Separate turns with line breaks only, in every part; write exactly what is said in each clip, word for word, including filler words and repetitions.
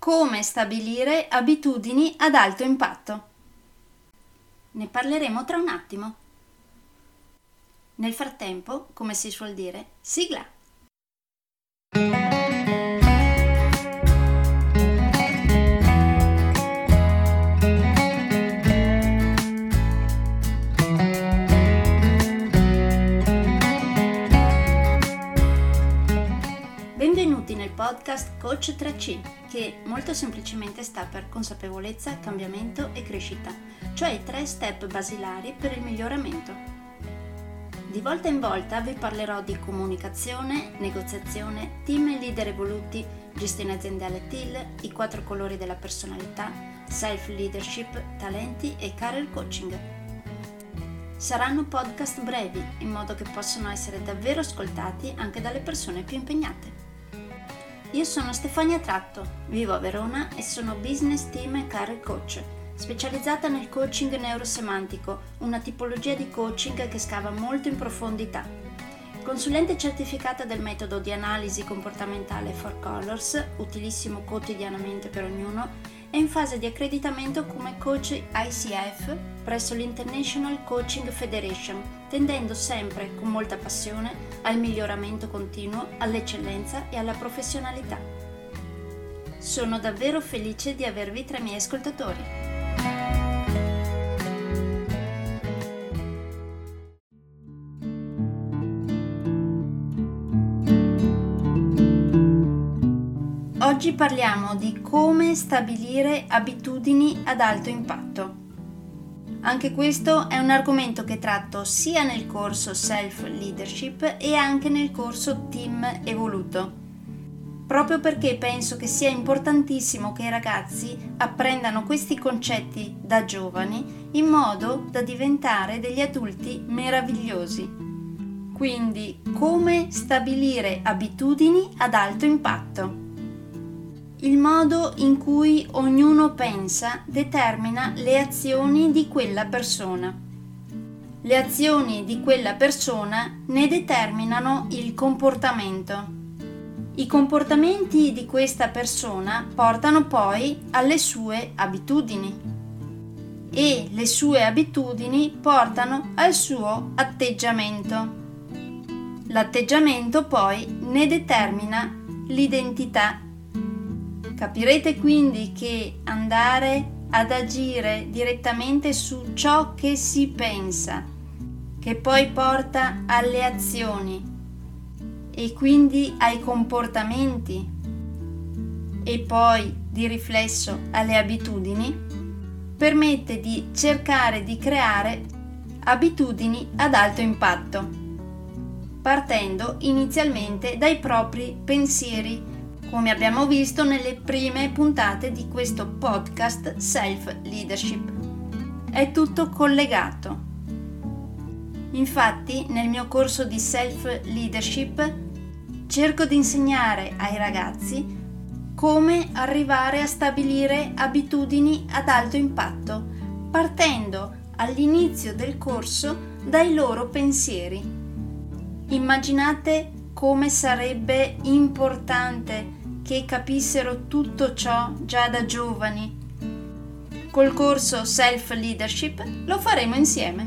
come stabilire abitudini ad alto impatto. Ne parleremo tra un attimo. Nel frattempo, come si suol dire, sigla! Benvenuti nel podcast Coach tre C, che molto semplicemente sta per consapevolezza, cambiamento e crescita, cioè i tre step basilari per il miglioramento. Di volta in volta vi parlerò di comunicazione, negoziazione, team e leader evoluti, gestione aziendale T I L, i quattro colori della personalità, self-leadership, talenti e career coaching. Saranno podcast brevi, in modo che possano essere davvero ascoltati anche dalle persone più impegnate. Io sono Stefania Tratto, vivo a Verona e sono business team e career coach, specializzata nel coaching neurosemantico, una tipologia di coaching che scava molto in profondità. Consulente certificata del metodo di analisi comportamentale Four Colors, utilissimo quotidianamente per ognuno, e in fase di accreditamento come coach I C F presso l'International Coaching Federation, tendendo sempre con molta passione al miglioramento continuo, all'eccellenza e alla professionalità. Sono davvero felice di avervi tra i miei ascoltatori. Oggi parliamo di come stabilire abitudini ad alto impatto. Anche questo è un argomento che tratto sia nel corso Self Leadership e anche nel corso Team Evoluto, proprio perché penso che sia importantissimo che i ragazzi apprendano questi concetti da giovani in modo da diventare degli adulti meravigliosi. Quindi, come stabilire abitudini ad alto impatto? Il modo in cui ognuno pensa determina le azioni di quella persona. Le azioni di quella persona ne determinano il comportamento. I comportamenti di questa persona portano poi alle sue abitudini e le sue abitudini portano al suo atteggiamento. L'atteggiamento poi ne determina l'identità. Capirete quindi che andare ad agire direttamente su ciò che si pensa, che poi porta alle azioni e quindi ai comportamenti e poi di riflesso alle abitudini, permette di cercare di creare abitudini ad alto impatto, partendo inizialmente dai propri pensieri, come abbiamo visto nelle prime puntate di questo podcast Self Leadership. È tutto collegato. Infatti, nel mio corso di Self Leadership cerco di insegnare ai ragazzi come arrivare a stabilire abitudini ad alto impatto, partendo all'inizio del corso dai loro pensieri. Immaginate come sarebbe importante che capissero tutto ciò già da giovani. Col corso Self Leadership lo faremo insieme.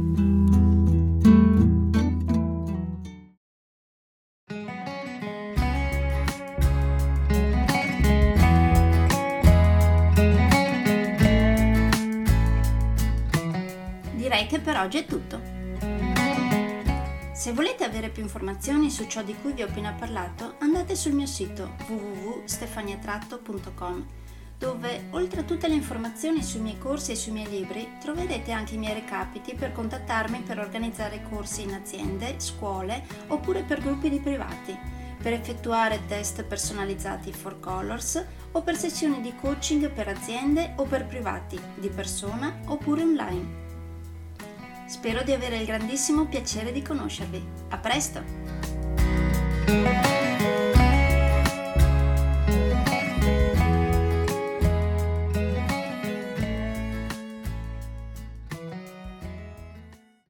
Direi che per oggi è tutto. Se volete avere più informazioni su ciò di cui vi ho appena parlato, andate sul mio sito w w w punto stefania tratto punto com, dove oltre a tutte le informazioni sui miei corsi e sui miei libri, troverete anche i miei recapiti per contattarmi per organizzare corsi in aziende, scuole oppure per gruppi di privati, per effettuare test personalizzati Four Colors o per sessioni di coaching per aziende o per privati, di persona oppure online. Spero di avere il grandissimo piacere di conoscervi. A presto!